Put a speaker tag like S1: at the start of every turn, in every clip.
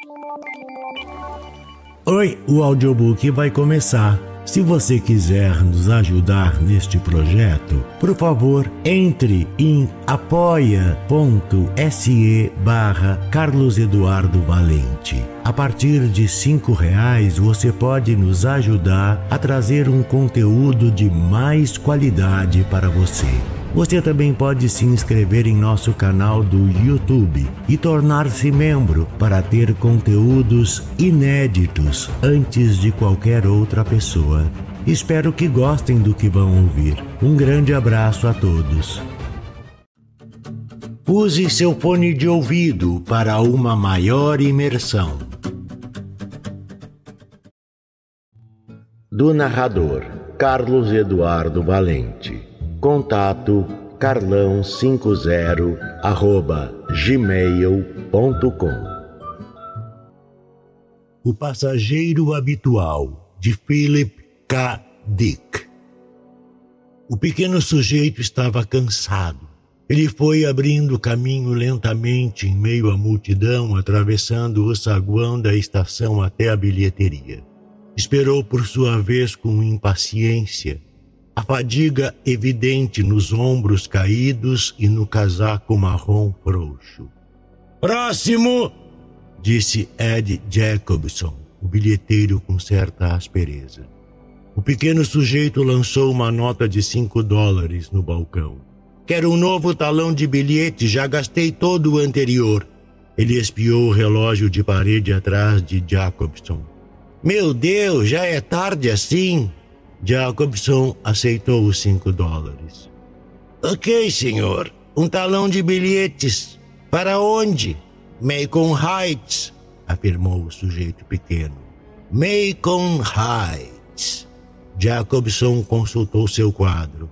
S1: Oi, o audiobook vai começar. Se você quiser nos ajudar neste projeto, por favor, entre em apoia.se/Carlos Eduardo Valente. A partir de R$5 você pode nos ajudar a trazer um conteúdo de mais qualidade para você. Você também pode se inscrever em nosso canal do YouTube e tornar-se membro para ter conteúdos inéditos antes de qualquer outra pessoa. Espero que gostem do que vão ouvir. Um grande abraço a todos. Use seu fone de ouvido para uma maior imersão. Do narrador Carlos Eduardo Valente. Contato carlão50@gmail.com. O passageiro habitual, de Philip K. Dick. O pequeno sujeito estava cansado. Ele foi abrindo caminho lentamente em meio à multidão, atravessando o saguão da estação até a bilheteria. Esperou por sua vez com impaciência, a fadiga evidente nos ombros caídos e no casaco marrom frouxo. "Próximo!" disse Ed Jacobson, o bilheteiro com certa aspereza. O pequeno sujeito lançou uma nota de $5 no balcão. "Quero um novo talão de bilhete, já gastei todo o anterior." Ele espiou o relógio de parede atrás de Jacobson. "Meu Deus, já é tarde assim?" Jacobson aceitou os $5. "Ok, senhor. Um talão de bilhetes. Para onde?" "Macon Heights", afirmou o sujeito pequeno. "Macon Heights." Jacobson consultou seu quadro.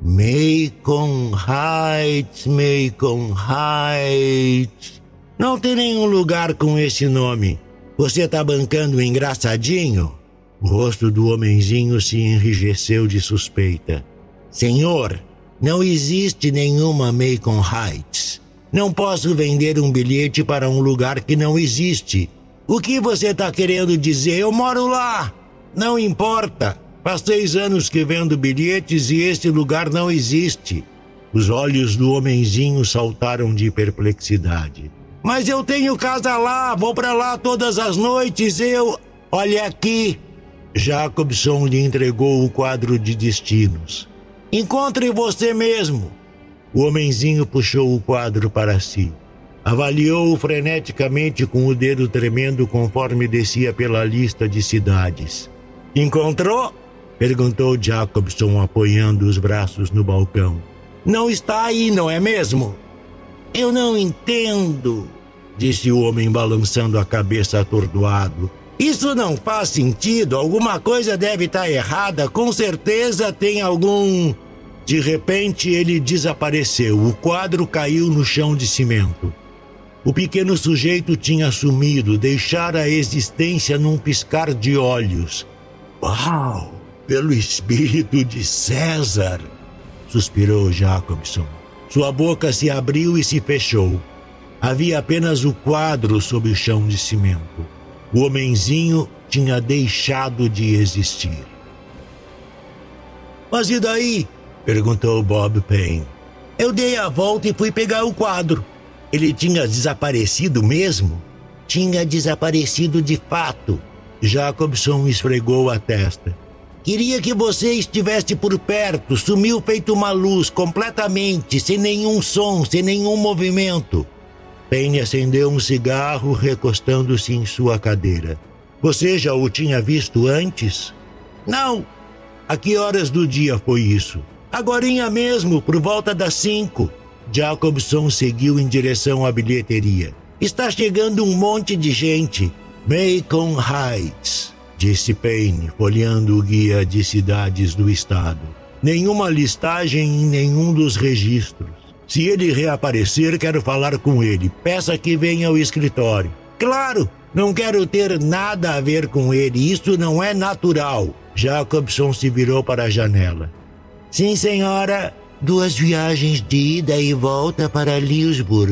S1: "Macon Heights, Macon Heights. Não tem nenhum lugar com esse nome. Você tá bancando um engraçadinho?" O rosto do homenzinho se enrijeceu de suspeita. "Senhor, não existe nenhuma Macon Heights. Não posso vender um bilhete para um lugar que não existe. O que você está querendo dizer? Eu moro lá. Não importa. Faz 6 anos que vendo bilhetes e esse lugar não existe." Os olhos do homenzinho saltaram de perplexidade. "Mas eu tenho casa lá, vou para lá todas as noites, Olha aqui." Jacobson lhe entregou o quadro de destinos. "Encontre você mesmo." O homenzinho puxou o quadro para si. Avaliou-o freneticamente com o dedo tremendo conforme descia pela lista de cidades. "Encontrou?" perguntou Jacobson, apoiando os braços no balcão. "Não está aí, não é mesmo?" "Eu não entendo", disse o homem balançando a cabeça atordoado. "Isso não faz sentido, alguma coisa deve estar errada, com certeza tem algum..." De repente ele desapareceu, o quadro caiu no chão de cimento. O pequeno sujeito tinha sumido, deixara a existência num piscar de olhos. "Uau, pelo espírito de César!" suspirou Jacobson. Sua boca se abriu e se fechou. Havia apenas o quadro sob o chão de cimento. O homenzinho tinha deixado de existir. "Mas e daí?" perguntou Bob Payne. "Eu dei a volta e fui pegar o quadro." "Ele tinha desaparecido mesmo?" "Tinha desaparecido de fato." Jacobson esfregou a testa. "Queria que você estivesse por perto. Sumiu feito uma luz, completamente, sem nenhum som, sem nenhum movimento." Payne acendeu um cigarro, recostando-se em sua cadeira. "Você já o tinha visto antes?" "Não." "A que horas do dia foi isso?" "Agorinha mesmo, por volta das 5. Jacobson seguiu em direção à bilheteria. "Está chegando um monte de gente." "Macon Heights", disse Payne, folheando o guia de cidades do estado. "Nenhuma listagem em nenhum dos registros. Se ele reaparecer, quero falar com ele. Peça que venha ao escritório." "Claro, não quero ter nada a ver com ele. Isso não é natural." Jacobson se virou para a janela. "Sim, senhora. 2 viagens de ida e volta para Leesburg.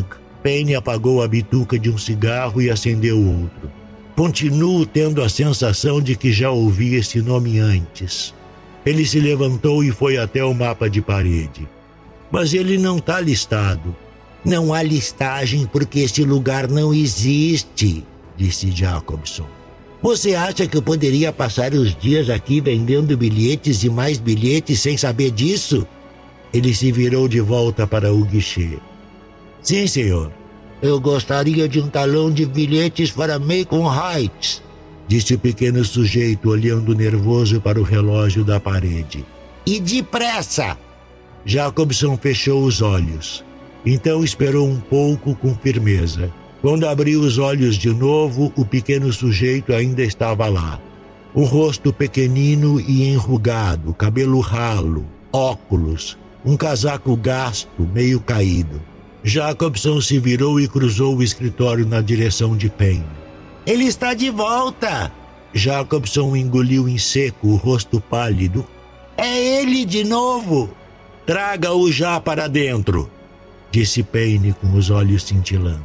S1: Penny apagou a bituca de um cigarro e acendeu outro. Continuo tendo a sensação de que já ouvi esse nome antes. Ele se levantou e foi até o mapa de parede. Mas ele não está listado. Não há listagem porque esse lugar não existe, disse Jacobson. Você acha que eu poderia passar os dias aqui vendendo bilhetes e mais bilhetes sem saber disso? Ele se virou de volta para o guichê. Sim, senhor. Eu gostaria de um talão de bilhetes para Macon Heights, disse o pequeno sujeito olhando nervoso para o relógio da parede. E depressa! Jacobson fechou os olhos. Então esperou um pouco com firmeza. Quando abriu os olhos de novo, o pequeno sujeito ainda estava lá. Um rosto pequenino e enrugado, cabelo ralo, óculos, um casaco gasto, meio caído. Jacobson se virou e cruzou o escritório na direção de Penny. Ele está de volta! Jacobson engoliu em seco, o rosto pálido. É ele de novo! Traga-o já para dentro, disse Penny com os olhos cintilando.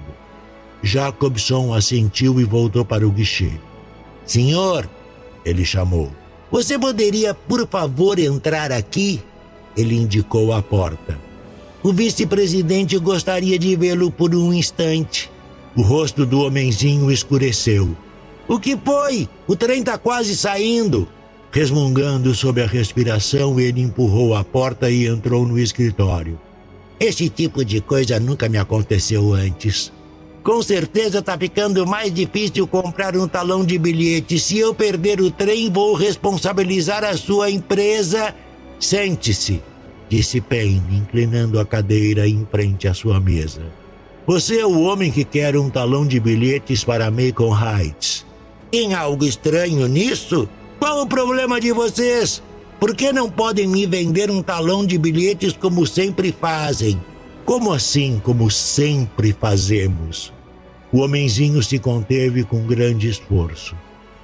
S1: Jacobson assentiu e voltou para o guichê. Senhor, ele chamou. Você poderia, por favor, entrar aqui? Ele indicou a porta. O vice-presidente gostaria de vê-lo por um instante. O rosto do homenzinho escureceu. O que foi? O trem está quase saindo. Resmungando sob a respiração, ele empurrou a porta e entrou no escritório. Esse tipo de coisa nunca me aconteceu antes. Com certeza está ficando mais difícil comprar um talão de bilhete. Se eu perder o trem, vou responsabilizar a sua empresa. Sente-se, disse Penny, inclinando a cadeira em frente à sua mesa. Você é o homem que quer um talão de bilhetes para Macon Heights. Tem algo estranho nisso? Qual o problema de vocês? Por que não podem me vender um talão de bilhetes como sempre fazem? Como assim, como sempre fazemos? O homenzinho se conteve com grande esforço.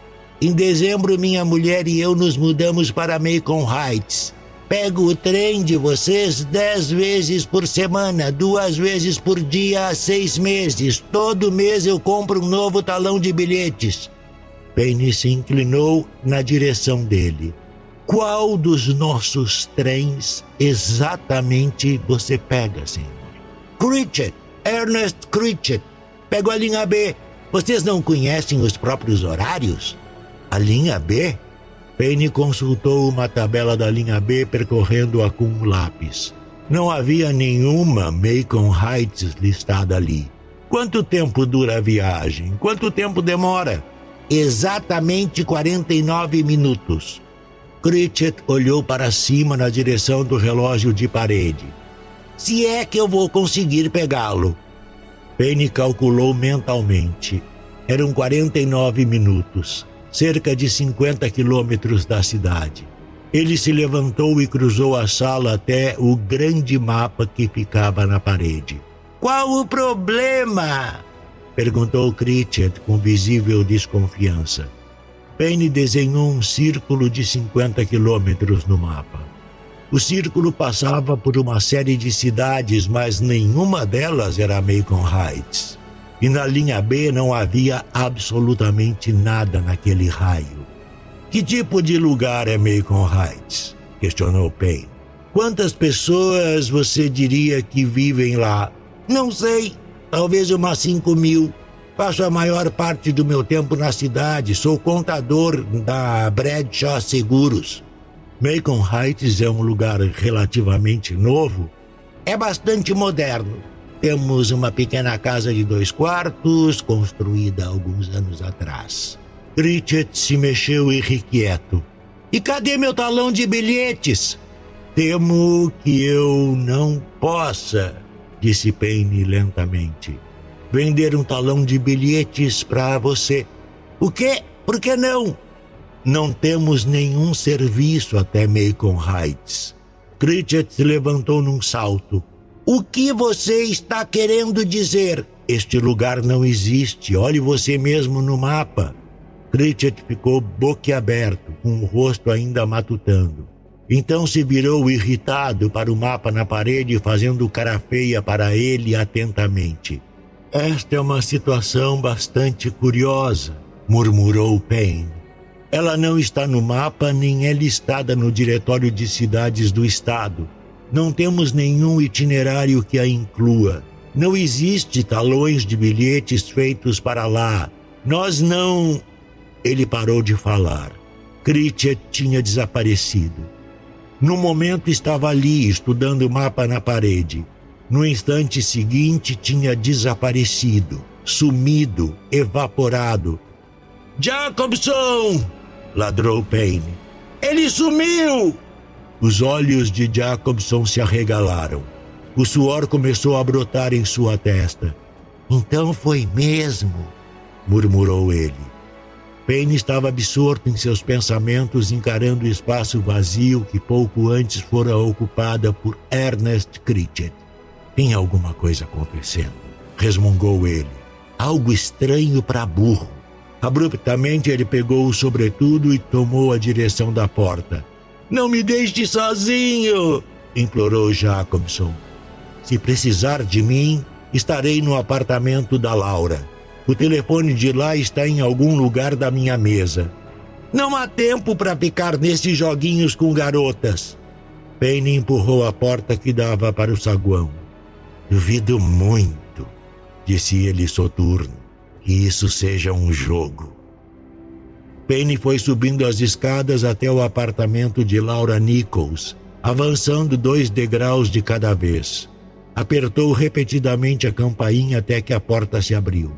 S1: Em dezembro, minha mulher e eu nos mudamos para Macon Heights. Pego o trem de vocês 10 vezes por semana, 2 vezes por dia há 6 meses. Todo mês eu compro um novo talão de bilhetes. Penny se inclinou na direção dele. Qual dos nossos trens exatamente você pega, senhor? Critchett, Ernest Critchett. Pego a linha B. Vocês não conhecem os próprios horários? A linha B? Penny consultou uma tabela da linha B percorrendo-a com um lápis. Não havia nenhuma Macon Heights listada ali. Quanto tempo dura a viagem? Quanto tempo demora? Exatamente 49 minutos. Critchett olhou para cima na direção do relógio de parede. Se é que eu vou conseguir pegá-lo. Penny calculou mentalmente. Eram 49 minutos, cerca de 50 quilômetros da cidade. Ele se levantou e cruzou a sala até o grande mapa que ficava na parede. Qual o problema? Perguntou Critchett com visível desconfiança. Penny desenhou um círculo de 50 quilômetros no mapa. O círculo passava por uma série de cidades, mas nenhuma delas era Macon Heights. E na linha B não havia absolutamente nada naquele raio. Que tipo de lugar é Macon Heights? Questionou Penny. Quantas pessoas você diria que vivem lá? Não sei, talvez umas 5.000. Passo a maior parte do meu tempo na cidade, sou contador da Bradshaw Seguros. Macon Heights é um lugar relativamente novo? É bastante moderno. Temos uma pequena casa de 2 quartos, construída há alguns anos atrás. Critchett se mexeu irrequieto. E cadê meu talão de bilhetes? Temo que eu não possa, disse Penny lentamente. Vender um talão de bilhetes para você. O quê? Por que não? Não temos nenhum serviço até Macon Heights. Critchett se levantou num salto. O que você está querendo dizer? Este lugar não existe. Olhe você mesmo no mapa. Critchett ficou boquiaberto, com o rosto ainda matutando. Então se virou irritado para o mapa na parede, fazendo cara feia para ele atentamente. Esta é uma situação bastante curiosa, murmurou Payne. Ela não está no mapa nem é listada no Diretório de Cidades do Estado. Não temos nenhum itinerário que a inclua. Não existe talões de bilhetes feitos para lá. Nós não... Ele parou de falar. Critchet tinha desaparecido. No momento estava ali, estudando o mapa na parede. No instante seguinte tinha desaparecido, sumido, evaporado. Jacobson! Ladrou Payne. Ele sumiu! Os olhos de Jacobson se arregalaram. O suor começou a brotar em sua testa. Então foi mesmo, murmurou ele. Payne estava absorto em seus pensamentos, encarando o espaço vazio que pouco antes fora ocupada por Ernest Critchet. Tem alguma coisa acontecendo, resmungou ele. Algo estranho para burro. Abruptamente ele pegou o sobretudo e tomou a direção da porta. Não me deixe sozinho, implorou Jacobson. Se precisar de mim, estarei no apartamento da Laura. O telefone de lá está em algum lugar da minha mesa. Não há tempo para ficar nesses joguinhos com garotas. Payne empurrou a porta que dava para o saguão. Duvido muito, disse ele soturno, que isso seja um jogo. Payne foi subindo as escadas até o apartamento de Laura Nichols, avançando 2 degraus de cada vez. Apertou repetidamente a campainha até que a porta se abriu.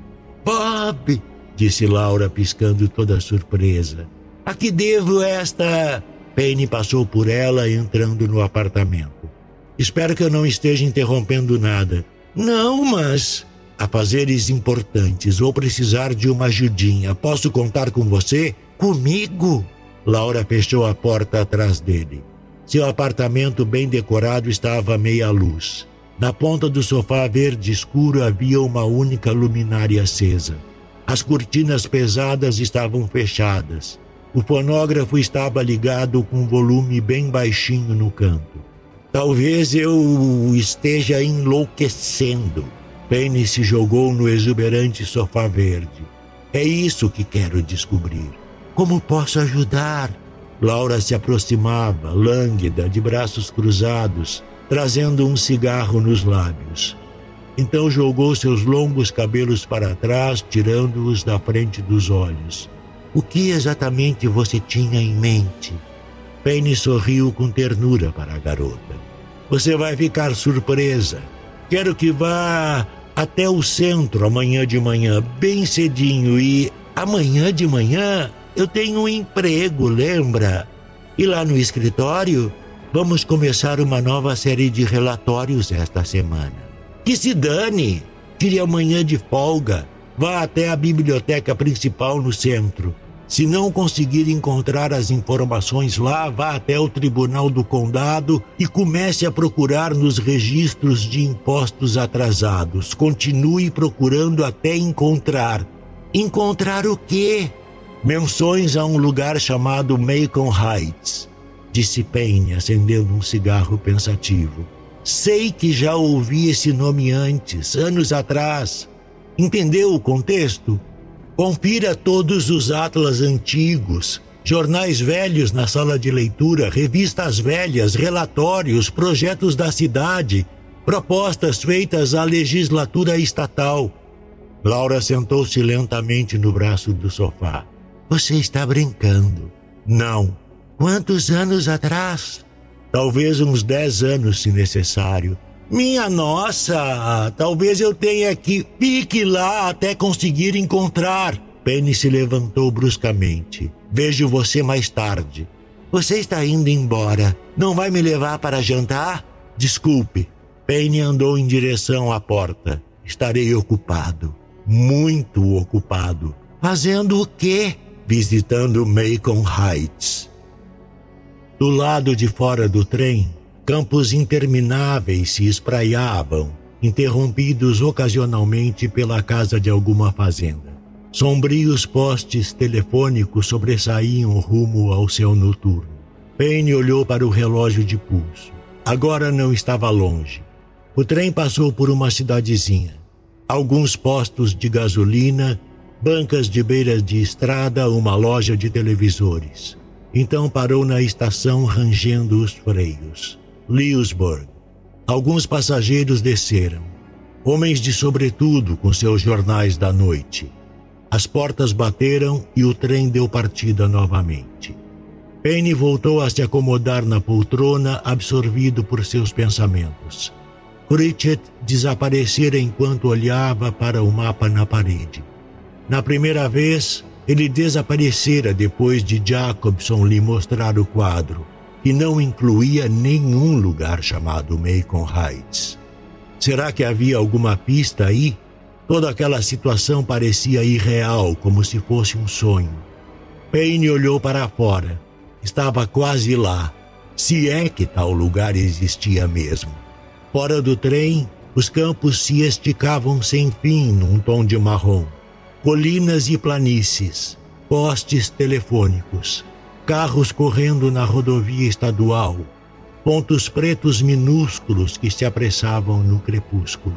S1: Bob, disse Laura piscando toda surpresa. A que devo esta... Payne passou por ela entrando no apartamento. Espero que eu não esteja interrompendo nada. Não, mas... Afazeres importantes, vou precisar de uma ajudinha. Posso contar com você? Comigo? Laura fechou a porta atrás dele. Seu apartamento bem decorado estava à meia luz. Na ponta do sofá verde escuro havia uma única luminária acesa. As cortinas pesadas estavam fechadas. O fonógrafo estava ligado com um volume bem baixinho no canto. Talvez eu esteja enlouquecendo. Payne se jogou no exuberante sofá verde. É isso que quero descobrir. Como posso ajudar? Laura se aproximava, lânguida, de braços cruzados, trazendo um cigarro nos lábios. Então jogou seus longos cabelos para trás, tirando-os da frente dos olhos. O que exatamente você tinha em mente? Payne sorriu com ternura para a garota. Você vai ficar surpresa. Quero que vá até o centro amanhã de manhã, bem cedinho, e amanhã de manhã eu tenho um emprego, lembra? E lá no escritório, vamos começar uma nova série de relatórios esta semana. Que se dane! Tire amanhã de folga. Vá até a biblioteca principal no centro. Se não conseguir encontrar as informações lá, vá até o Tribunal do Condado e comece a procurar nos registros de impostos atrasados. Continue procurando até encontrar. Encontrar o quê? Menções a um lugar chamado Macon Heights, disse Payne, acendendo um cigarro pensativo. Sei que já ouvi esse nome antes, anos atrás. Entendeu o contexto? Confira todos os atlas antigos, jornais velhos na sala de leitura, revistas velhas, relatórios, projetos da cidade, propostas feitas à legislatura estatal. Laura sentou-se lentamente no braço do sofá. Você está brincando? Não. Quantos anos atrás? Talvez uns 10 anos, se necessário. Minha nossa, talvez eu tenha que... Fique lá até conseguir encontrar. Payne se levantou bruscamente. Vejo você mais tarde. Você está indo embora. Não vai me levar para jantar? Desculpe. Payne andou em direção à porta. Estarei ocupado. Muito ocupado. Fazendo o quê? Visitando Macon Heights. Do lado de fora do trem, campos intermináveis se espraiavam, interrompidos ocasionalmente pela casa de alguma fazenda. Sombrios postes telefônicos sobressaíam rumo ao céu noturno. Payne olhou para o relógio de pulso. Agora não estava longe. O trem passou por uma cidadezinha. Alguns postos de gasolina, bancas de beiras de estrada, uma loja de televisores. Então parou na estação rangendo os freios. Leesburg. Alguns passageiros desceram. Homens de sobretudo com seus jornais da noite. As portas bateram e o trem deu partida novamente. Payne voltou a se acomodar na poltrona, absorvido por seus pensamentos. Pritchett desaparecera enquanto olhava para o mapa na parede. Na primeira vez, ele desaparecera depois de Jacobson lhe mostrar o quadro, que não incluía nenhum lugar chamado Macon Heights. Será que havia alguma pista aí? Toda aquela situação parecia irreal, como se fosse um sonho. Payne olhou para fora. Estava quase lá, se é que tal lugar existia mesmo. Fora do trem, os campos se esticavam sem fim num tom de marrom. Colinas e planícies, postes telefônicos, carros correndo na rodovia estadual, pontos pretos minúsculos que se apressavam no crepúsculo.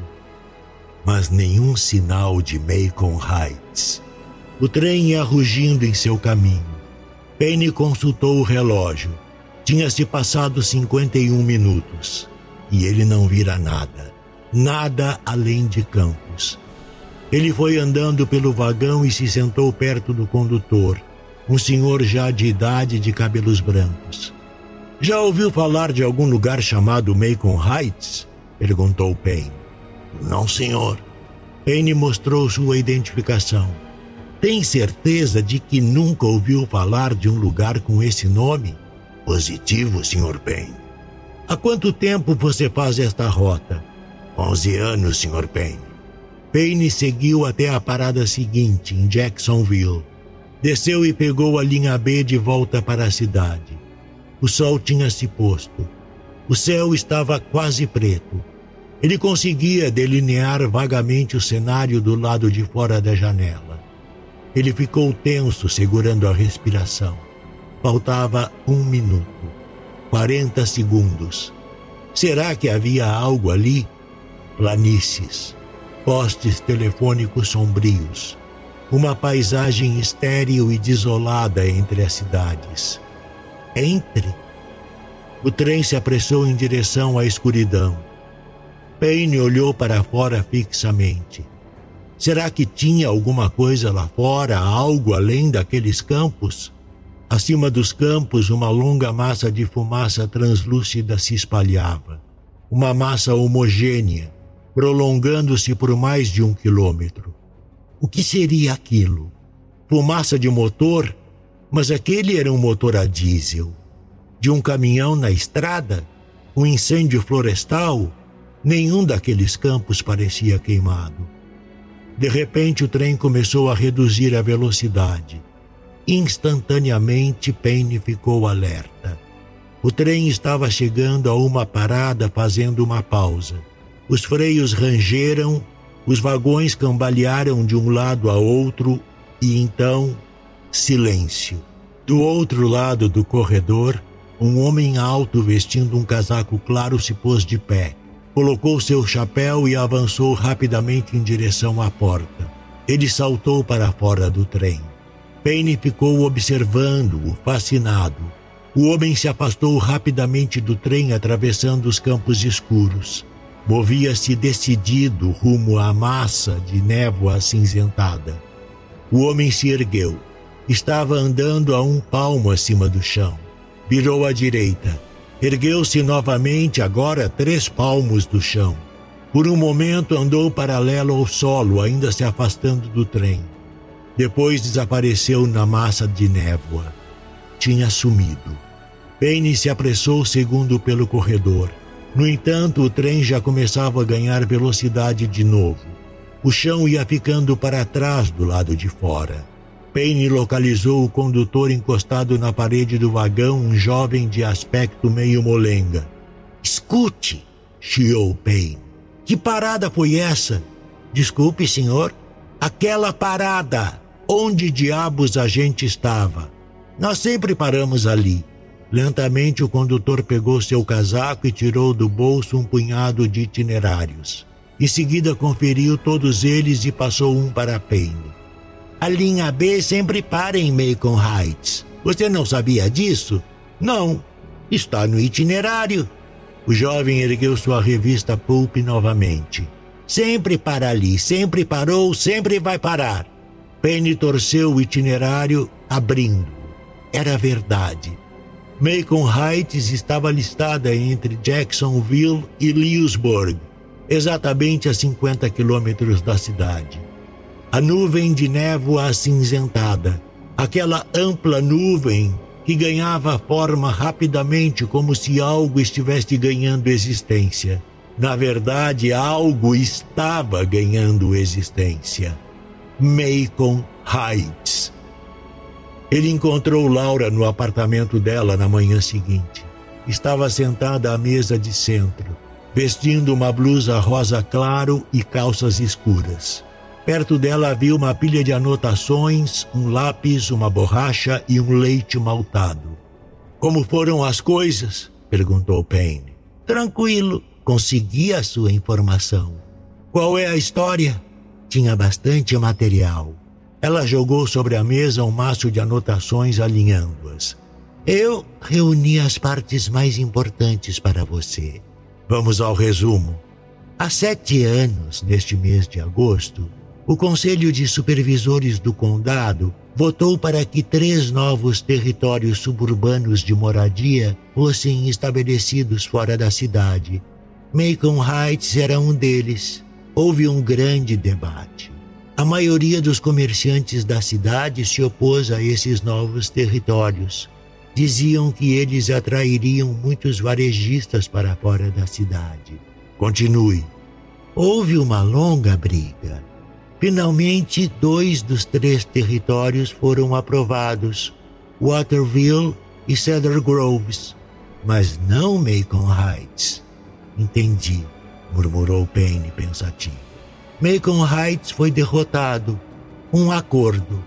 S1: Mas nenhum sinal de Macon Heights. O trem ia rugindo em seu caminho. Payne consultou o relógio. Tinha-se passado 51 minutos. E ele não vira nada. Nada além de campos. Ele foi andando pelo vagão e se sentou perto do condutor, um senhor já de idade de cabelos brancos. Já ouviu falar de algum lugar chamado Macon Heights? Perguntou Payne. Não, senhor. Payne mostrou sua identificação. Tem certeza de que nunca ouviu falar de um lugar com esse nome? Positivo, Sr. Payne. Há quanto tempo você faz esta rota? 11 anos, Sr. Payne. Payne seguiu até a parada seguinte, em Jacksonville. Desceu e pegou a linha B de volta para a cidade. O sol tinha se posto. O céu estava quase preto. Ele conseguia delinear vagamente o cenário do lado de fora da janela. Ele ficou tenso, segurando a respiração. Faltava 1 minuto. 40 segundos. Será que havia algo ali? Planícies. Postes telefônicos sombrios. Uma paisagem estéril e desolada entre as cidades. Entre. O trem se apressou em direção à escuridão. Payne olhou para fora fixamente. Será que tinha alguma coisa lá fora, algo além daqueles campos? Acima dos campos, uma longa massa de fumaça translúcida se espalhava. Uma massa homogênea, prolongando-se por mais de 1 quilômetro. O que seria aquilo? Fumaça de motor? Mas aquele era um motor a diesel. De um caminhão na estrada? Um incêndio florestal? Nenhum daqueles campos parecia queimado. De repente, o trem começou a reduzir a velocidade. Instantaneamente, Payne ficou alerta. O trem estava chegando a uma parada, fazendo uma pausa. Os freios rangeram, os vagões cambalearam de um lado a outro e então, silêncio. Do outro lado do corredor, um homem alto vestindo um casaco claro se pôs de pé. Colocou seu chapéu e avançou rapidamente em direção à porta. Ele saltou para fora do trem. Payne ficou observando-o, fascinado. O homem se afastou rapidamente do trem, atravessando os campos escuros. Movia-se decidido rumo à massa de névoa acinzentada. O homem se ergueu. Estava andando a 1 palmo acima do chão. Virou à direita. Ergueu-se novamente, agora 3 palmos do chão. Por um momento andou paralelo ao solo, ainda se afastando do trem. Depois desapareceu na massa de névoa. Tinha sumido. Payne se apressou segundo pelo corredor. No entanto, o trem já começava a ganhar velocidade de novo. O chão ia ficando para trás do lado de fora. Payne localizou o condutor encostado na parede do vagão, um jovem de aspecto meio molenga. Escute, chiou Payne. Que parada foi essa? Desculpe, senhor. Aquela parada. Onde diabos a gente estava? Nós sempre paramos ali. Lentamente o condutor pegou seu casaco e tirou do bolso um punhado de itinerários. Em seguida, conferiu todos eles e passou um para Payne. A linha B sempre para em Macon Heights. Você não sabia disso? Não. Está no itinerário. O jovem ergueu sua revista Pulp novamente. Sempre para ali, sempre parou, sempre vai parar. Payne torceu o itinerário, abrindo. Era verdade. Macon Heights estava listada entre Jacksonville e Lewisburg, exatamente a 50 quilômetros da cidade. A nuvem de névoa acinzentada, aquela ampla nuvem que ganhava forma rapidamente como se algo estivesse ganhando existência. Na verdade, algo estava ganhando existência. Macon Heights. Ele encontrou Laura no apartamento dela na manhã seguinte. Estava sentada à mesa de centro, vestindo uma blusa rosa claro e calças escuras. Perto dela havia uma pilha de anotações, um lápis, uma borracha e um leite maltado. Como foram as coisas? Perguntou Payne. Tranquilo, consegui a sua informação. Qual é a história? Tinha bastante material. Ela jogou sobre a mesa um maço de anotações alinhando-as. Eu reuni as partes mais importantes para você. Vamos ao resumo. Há 7 anos, neste mês de agosto, o Conselho de Supervisores do Condado votou para que 3 novos territórios suburbanos de moradia fossem estabelecidos fora da cidade. Macon Heights era um deles. Houve um grande debate. A maioria dos comerciantes da cidade se opôs a esses novos territórios. Diziam que eles atrairiam muitos varejistas para fora da cidade. Continue. Houve uma longa briga. Finalmente, 2 dos 3 territórios foram aprovados, Waterville e Cedar Groves, mas não Macon Heights. Entendi, murmurou Payne pensativo. Macon Heights foi derrotado. Um acordo.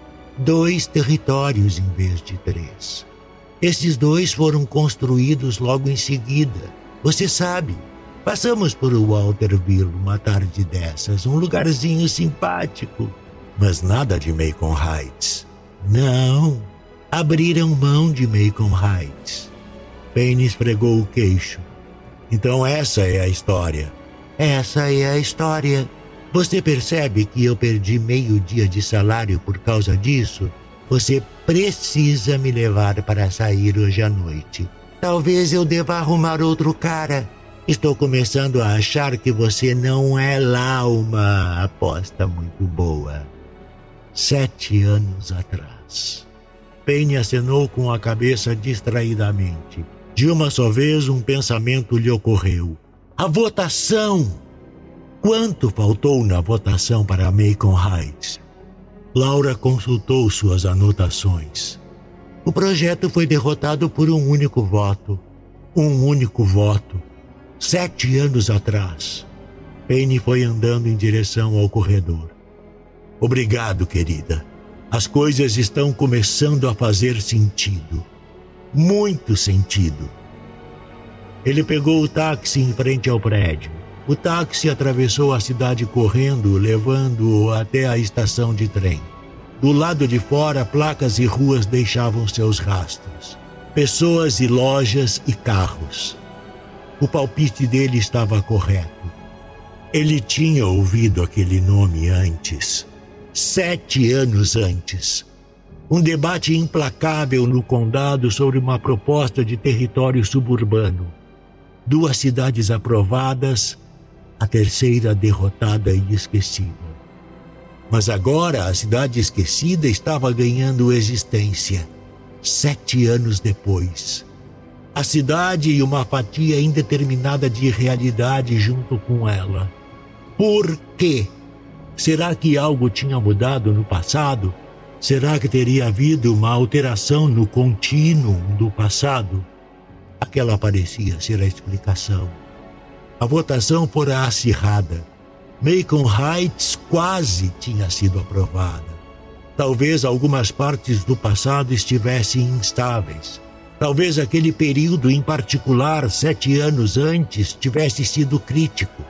S1: 2 territórios em vez de 3. Esses 2 foram construídos logo em seguida. Você sabe, passamos por Waterville uma tarde dessas, um lugarzinho simpático. Mas nada de Macon Heights. Não, abriram mão de Macon Heights. Payne esfregou o queixo. Então essa é a história. Essa é a história. Você percebe que eu perdi meio dia de salário por causa disso? Você precisa me levar para sair hoje à noite. Talvez eu deva arrumar outro cara. Estou começando a achar que você não é lá uma aposta muito boa. 7 anos atrás. Payne acenou com a cabeça distraidamente. De uma só vez, um pensamento lhe ocorreu. A votação! Quanto faltou na votação para Macon Heights? Laura consultou suas anotações. O projeto foi derrotado por um único voto. Um único voto. 7 anos atrás. Payne foi andando em direção ao corredor. Obrigado, querida. As coisas estão começando a fazer sentido. Muito sentido. Ele pegou o táxi em frente ao prédio. O táxi atravessou a cidade correndo, levando-o até a estação de trem. Do lado de fora, placas e ruas deixavam seus rastros. Pessoas e lojas e carros. O palpite dele estava correto. Ele tinha ouvido aquele nome antes. 7 anos antes. Um debate implacável no condado sobre uma proposta de território suburbano. 2 cidades aprovadas, a terceira derrotada e esquecida. Mas agora a cidade esquecida estava ganhando existência. 7 anos depois. A cidade e uma fatia indeterminada de realidade junto com ela. Por quê? Será que algo tinha mudado no passado? Será que teria havido uma alteração no contínuo do passado? Aquela parecia ser a explicação. A votação fora acirrada. Macon Heights quase tinha sido aprovada. Talvez algumas partes do passado estivessem instáveis. Talvez aquele período em particular, 7 anos antes, tivesse sido crítico.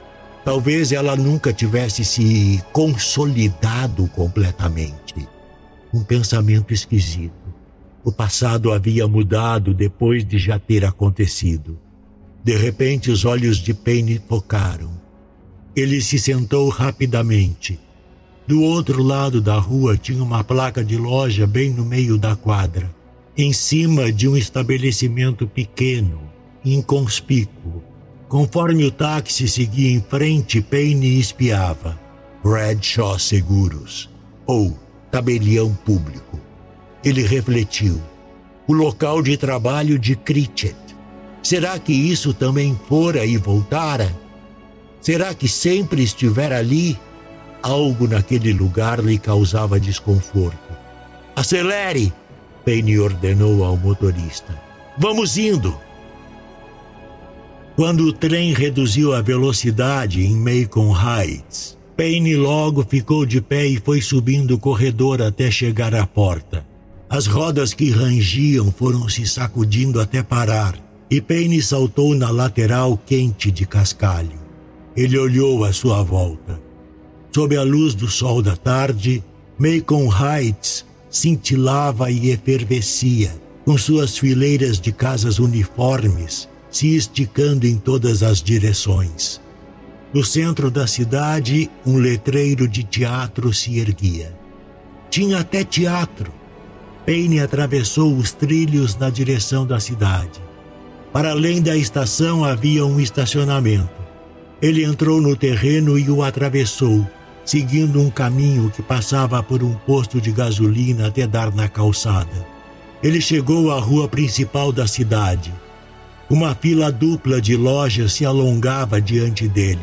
S1: Talvez ela nunca tivesse se consolidado completamente. Um pensamento esquisito. O passado havia mudado depois de já ter acontecido. De repente, os olhos de Penny focaram. Ele se sentou rapidamente. Do outro lado da rua tinha uma placa de loja bem no meio da quadra, em cima de um estabelecimento pequeno, inconspícuo. Conforme o táxi seguia em frente, Penny espiava. Bradshaw Seguros, ou tabelião público. Ele refletiu. O local de trabalho de Critchett. Será que isso também fora e voltara? Será que sempre estivera ali? Algo naquele lugar lhe causava desconforto. Acelere! Penny ordenou ao motorista. Vamos indo! Quando o trem reduziu a velocidade em Macon Heights, Penny logo ficou de pé e foi subindo o corredor até chegar à porta. As rodas que rangiam foram se sacudindo até parar, e Penny saltou na lateral quente de cascalho. Ele olhou à sua volta. Sob a luz do sol da tarde, Macon Heights cintilava e efervescia, com suas fileiras de casas uniformes se esticando em todas as direções. No centro da cidade, um letreiro de teatro se erguia. Tinha até teatro. Penny atravessou os trilhos na direção da cidade. Para além da estação havia um estacionamento. Ele entrou no terreno e o atravessou, seguindo um caminho que passava por um posto de gasolina até dar na calçada. Ele chegou à rua principal da cidade. Uma fila dupla de lojas se alongava diante dele.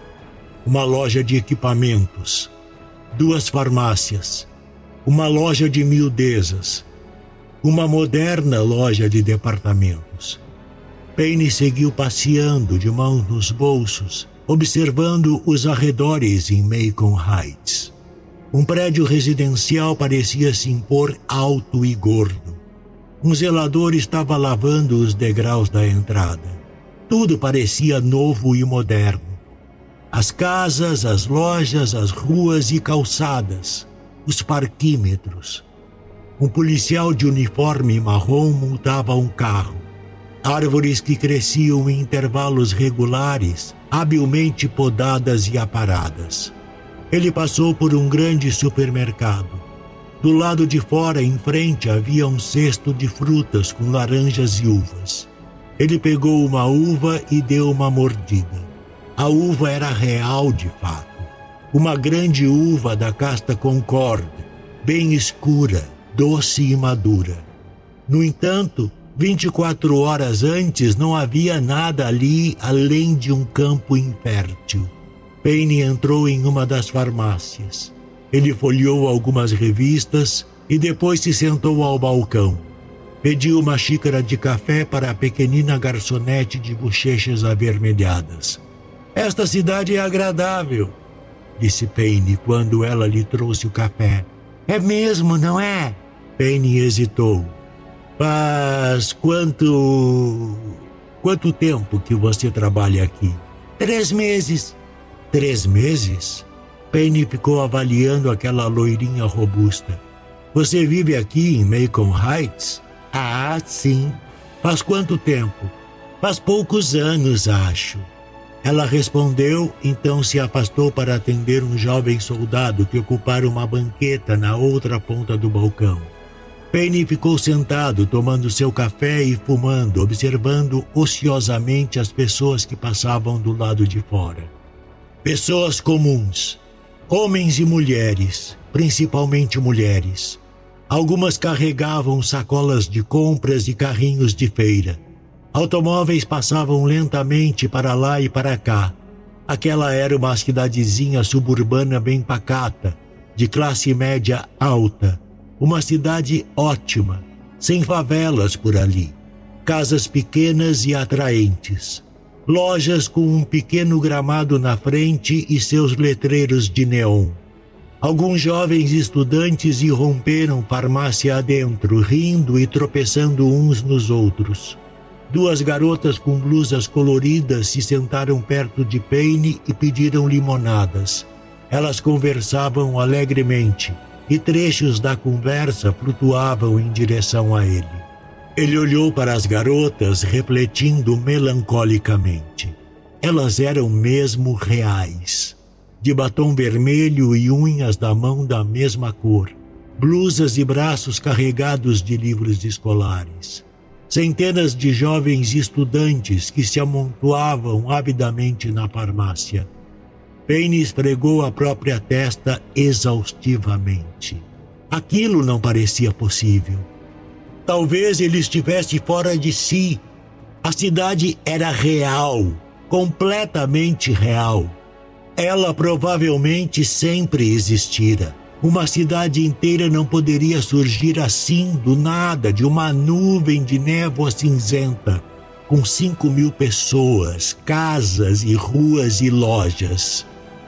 S1: Uma loja de equipamentos, 2 farmácias, uma loja de miudezas, uma moderna loja de departamentos. Penny seguiu passeando de mãos nos bolsos, observando os arredores em Macon Heights. Um prédio residencial parecia se impor alto e gordo. Um zelador estava lavando os degraus da entrada. Tudo parecia novo e moderno. As casas, as lojas, as ruas e calçadas, os parquímetros. Um policial de uniforme marrom multava um carro. Árvores que cresciam em intervalos regulares, habilmente podadas e aparadas. Ele passou por um grande supermercado. Do lado de fora, em frente, havia um cesto de frutas com laranjas e uvas. Ele pegou uma uva e deu uma mordida. A uva era real de fato. Uma grande uva da casta Concord, bem escura, doce e madura. No entanto, 24 horas antes não havia nada ali além de um campo infértil. Penny entrou em uma das farmácias. Ele folheou algumas revistas e depois se sentou ao balcão. Pediu uma xícara de café para a pequenina garçonete de bochechas avermelhadas. Esta cidade é agradável, disse Penny quando ela lhe trouxe o café. É mesmo, não é? Penny hesitou. Faz quanto tempo que você trabalha aqui? 3 meses. 3 meses? Penny ficou avaliando aquela loirinha robusta. Você vive aqui em Macon Heights? Ah, sim. Faz quanto tempo? Faz poucos anos, acho. Ela respondeu, então se afastou para atender um jovem soldado que ocupara uma banqueta na outra ponta do balcão. Penny ficou sentado, tomando seu café e fumando, observando ociosamente as pessoas que passavam do lado de fora. Pessoas comuns. Homens e mulheres, principalmente mulheres. Algumas carregavam sacolas de compras e carrinhos de feira. Automóveis passavam lentamente para lá e para cá. Aquela era uma cidadezinha suburbana bem pacata, de classe média alta. Uma cidade ótima, sem favelas por ali. Casas pequenas e atraentes. Lojas com um pequeno gramado na frente e seus letreiros de neon. Alguns jovens estudantes irromperam farmácia adentro, rindo e tropeçando uns nos outros. 2 garotas com blusas coloridas se sentaram perto de Payne e pediram limonadas. Elas conversavam alegremente e trechos da conversa flutuavam em direção a ele. Ele olhou para as garotas, refletindo melancolicamente. Elas eram mesmo reais. De batom vermelho e unhas da mão da mesma cor. Blusas e braços carregados de livros escolares. Centenas de jovens estudantes que se amontoavam avidamente na farmácia. Payne esfregou a própria testa exaustivamente. Aquilo não parecia possível. Talvez ele estivesse fora de si. A cidade era real, completamente real. Ela provavelmente sempre existira. Uma cidade inteira não poderia surgir assim, do nada, de uma nuvem de névoa cinzenta, com 5.000 pessoas, casas e ruas e lojas.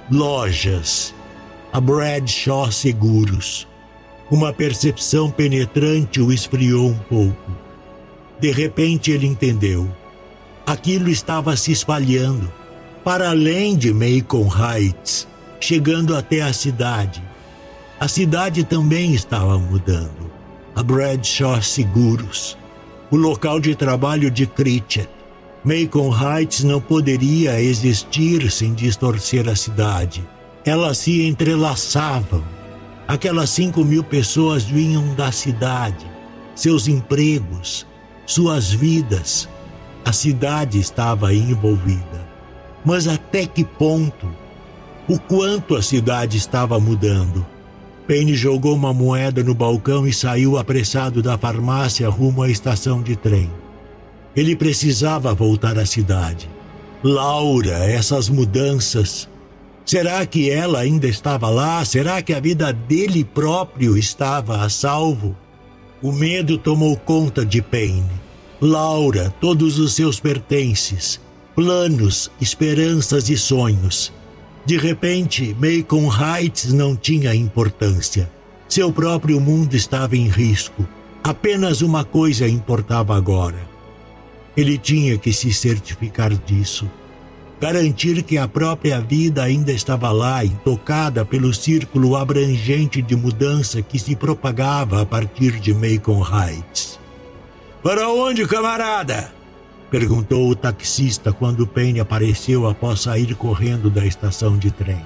S1: Lojas. A Bradshaw Seguros. Uma percepção penetrante o esfriou um pouco. De repente ele entendeu. Aquilo estava se espalhando, para além de Macon Heights, chegando até a cidade. A cidade também estava mudando. A Bradshaw Seguros. O local de trabalho de Critchett. Macon Heights não poderia existir sem distorcer a cidade. Elas se entrelaçavam. Aquelas 5.000 pessoas vinham da cidade, seus empregos, suas vidas. A cidade estava envolvida. Mas até que ponto? O quanto a cidade estava mudando? Payne jogou uma moeda no balcão e saiu apressado da farmácia rumo à estação de trem. Ele precisava voltar à cidade. Laura, essas mudanças. Será que ela ainda estava lá? Será que a vida dele próprio estava a salvo? O medo tomou conta de Payne. Laura, todos os seus pertences, planos, esperanças e sonhos. De repente, Macon Heights não tinha importância. Seu próprio mundo estava em risco. Apenas uma coisa importava agora. Ele tinha que se certificar disso. Garantir que a própria vida ainda estava lá, intocada pelo círculo abrangente de mudança que se propagava a partir de Macon Heights. "Para onde, camarada?" perguntou o taxista quando Payne apareceu após sair correndo da estação de trem.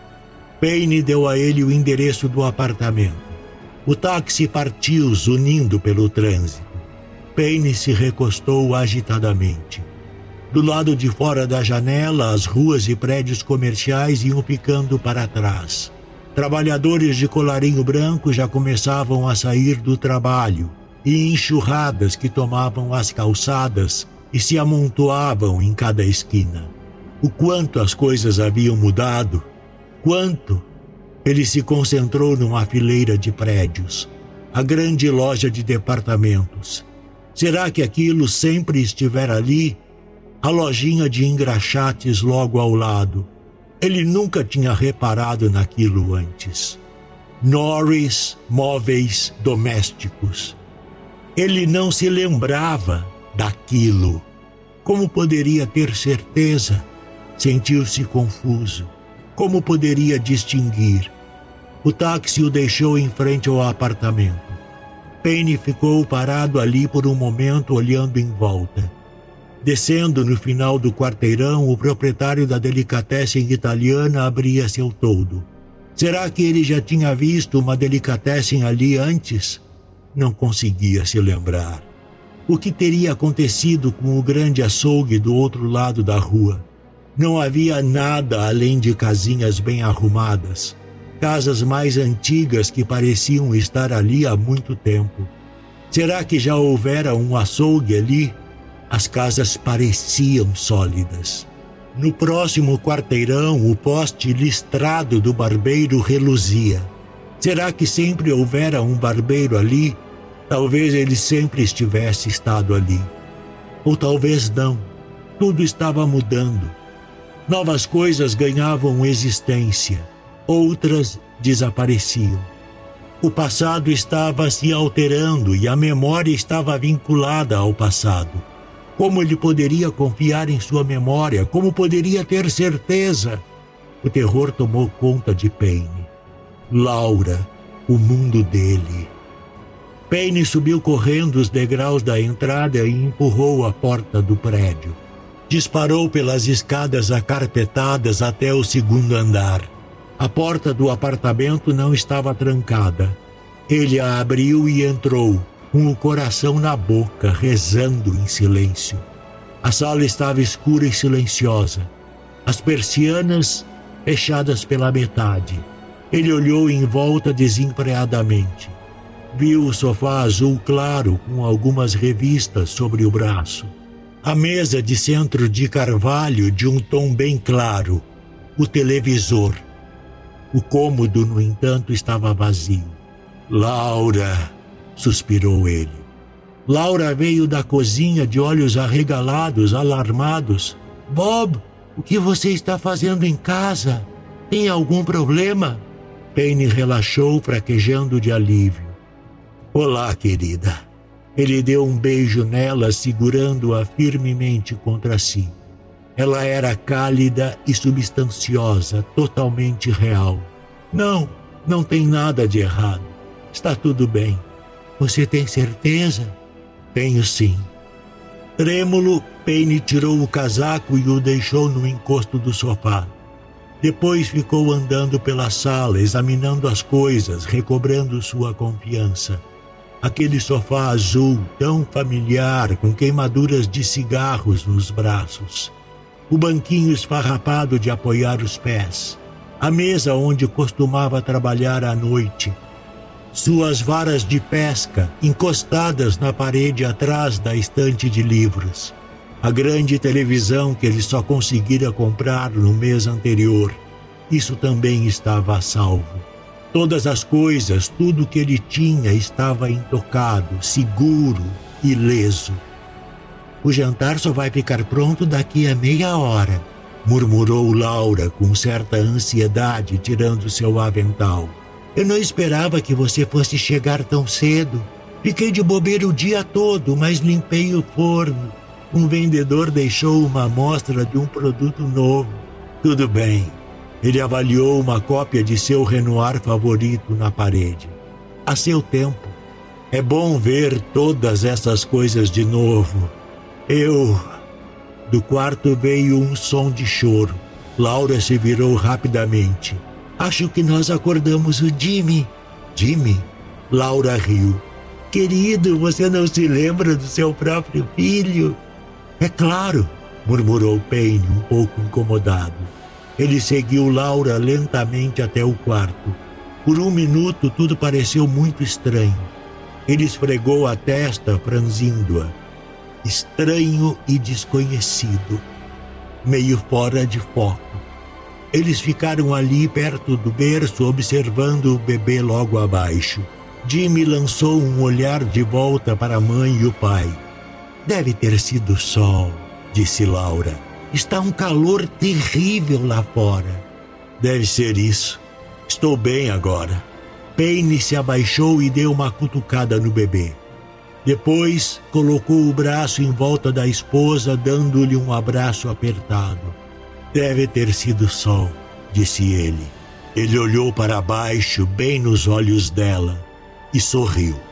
S1: Payne deu a ele o endereço do apartamento. O táxi partiu, zunindo pelo trânsito. Payne se recostou agitadamente. Do lado de fora da janela, as ruas e prédios comerciais iam ficando para trás. Trabalhadores de colarinho branco já começavam a sair do trabalho, e enxurradas que tomavam as calçadas e se amontoavam em cada esquina. O quanto as coisas haviam mudado, quanto! Ele se concentrou numa fileira de prédios, a grande loja de departamentos. Será que aquilo sempre estivera ali? A lojinha de engraxates logo ao lado. Ele nunca tinha reparado naquilo antes. Norris Móveis Domésticos. Ele não se lembrava daquilo. Como poderia ter certeza? Sentiu-se confuso. Como poderia distinguir? O táxi o deixou em frente ao apartamento. Payne ficou parado ali por um momento, olhando em volta. Descendo no final do quarteirão, o proprietário da delicatessen italiana abria seu toldo. Será que ele já tinha visto uma delicatessen ali antes? Não conseguia se lembrar. O que teria acontecido com o grande açougue do outro lado da rua? Não havia nada além de casinhas bem arrumadas. Casas mais antigas que pareciam estar ali há muito tempo. Será que já houvera um açougue ali? As casas pareciam sólidas. No próximo quarteirão, o poste listrado do barbeiro reluzia. Será que sempre houvera um barbeiro ali? Talvez ele sempre estivesse estado ali. Ou talvez não. Tudo estava mudando. Novas coisas ganhavam existência. Outras desapareciam. O passado estava se alterando e a memória estava vinculada ao passado. Como ele poderia confiar em sua memória? Como poderia ter certeza? O terror tomou conta de Penny. Laura, o mundo dele. Penny subiu correndo os degraus da entrada e empurrou a porta do prédio. Disparou pelas escadas acarpetadas até o segundo andar. A porta do apartamento não estava trancada. Ele a abriu e entrou, com o coração na boca, rezando em silêncio. A sala estava escura e silenciosa. As persianas fechadas pela metade. Ele olhou em volta desempregadamente. Viu o sofá azul claro com algumas revistas sobre o braço. A mesa de centro de carvalho de um tom bem claro. O televisor. O cômodo, no entanto, estava vazio. Laura, suspirou ele. Laura veio da cozinha de olhos arregalados, alarmados. Bob, o que você está fazendo em casa? Tem algum problema? Penny relaxou, fraquejando de alívio. Olá, querida. Ele deu um beijo nela, segurando-a firmemente contra si. Ela era cálida e substanciosa, totalmente real. Não tem nada de errado. Está tudo bem. Você tem certeza? Tenho sim. Trêmulo, Penny tirou o casaco e o deixou no encosto do sofá. Depois ficou andando pela sala, examinando as coisas, recobrando sua confiança. Aquele sofá azul, tão familiar, com queimaduras de cigarros nos braços. O banquinho esfarrapado de apoiar os pés. A mesa onde costumava trabalhar à noite. Suas varas de pesca encostadas na parede atrás da estante de livros. A grande televisão que ele só conseguira comprar no mês anterior. Isso também estava a salvo. Todas as coisas, tudo que ele tinha estava intocado, seguro, ileso. O jantar só vai ficar pronto daqui a meia hora, murmurou Laura com certa ansiedade, tirando seu avental. Eu não esperava que você fosse chegar tão cedo. Fiquei de bobeira o dia todo, mas limpei o forno. Um vendedor deixou uma amostra de um produto novo. Tudo bem. Ele avaliou uma cópia de seu Renoir favorito na parede. A seu tempo. É bom ver todas essas coisas de novo. Do quarto veio um som de choro. Laura se virou rapidamente. Acho que nós acordamos o Jimmy. Jimmy? Laura riu. Querido, você não se lembra do seu próprio filho? É claro, murmurou Penny, um pouco incomodado. Ele seguiu Laura lentamente até o quarto. Por um minuto tudo pareceu muito estranho. Ele esfregou a testa, franzindo-a. Estranho e desconhecido. Meio fora de foco. Eles ficaram ali perto do berço, observando o bebê logo abaixo. Jimmy lançou um olhar de volta para a mãe e o pai. Deve ter sido o sol, disse Laura. Está um calor terrível lá fora. Deve ser isso. Estou bem agora. Penny se abaixou e deu uma cutucada no bebê. Depois, colocou o braço em volta da esposa, dando-lhe um abraço apertado. Deve ter sido o sol, disse ele. Ele olhou para baixo, bem nos olhos dela, e sorriu.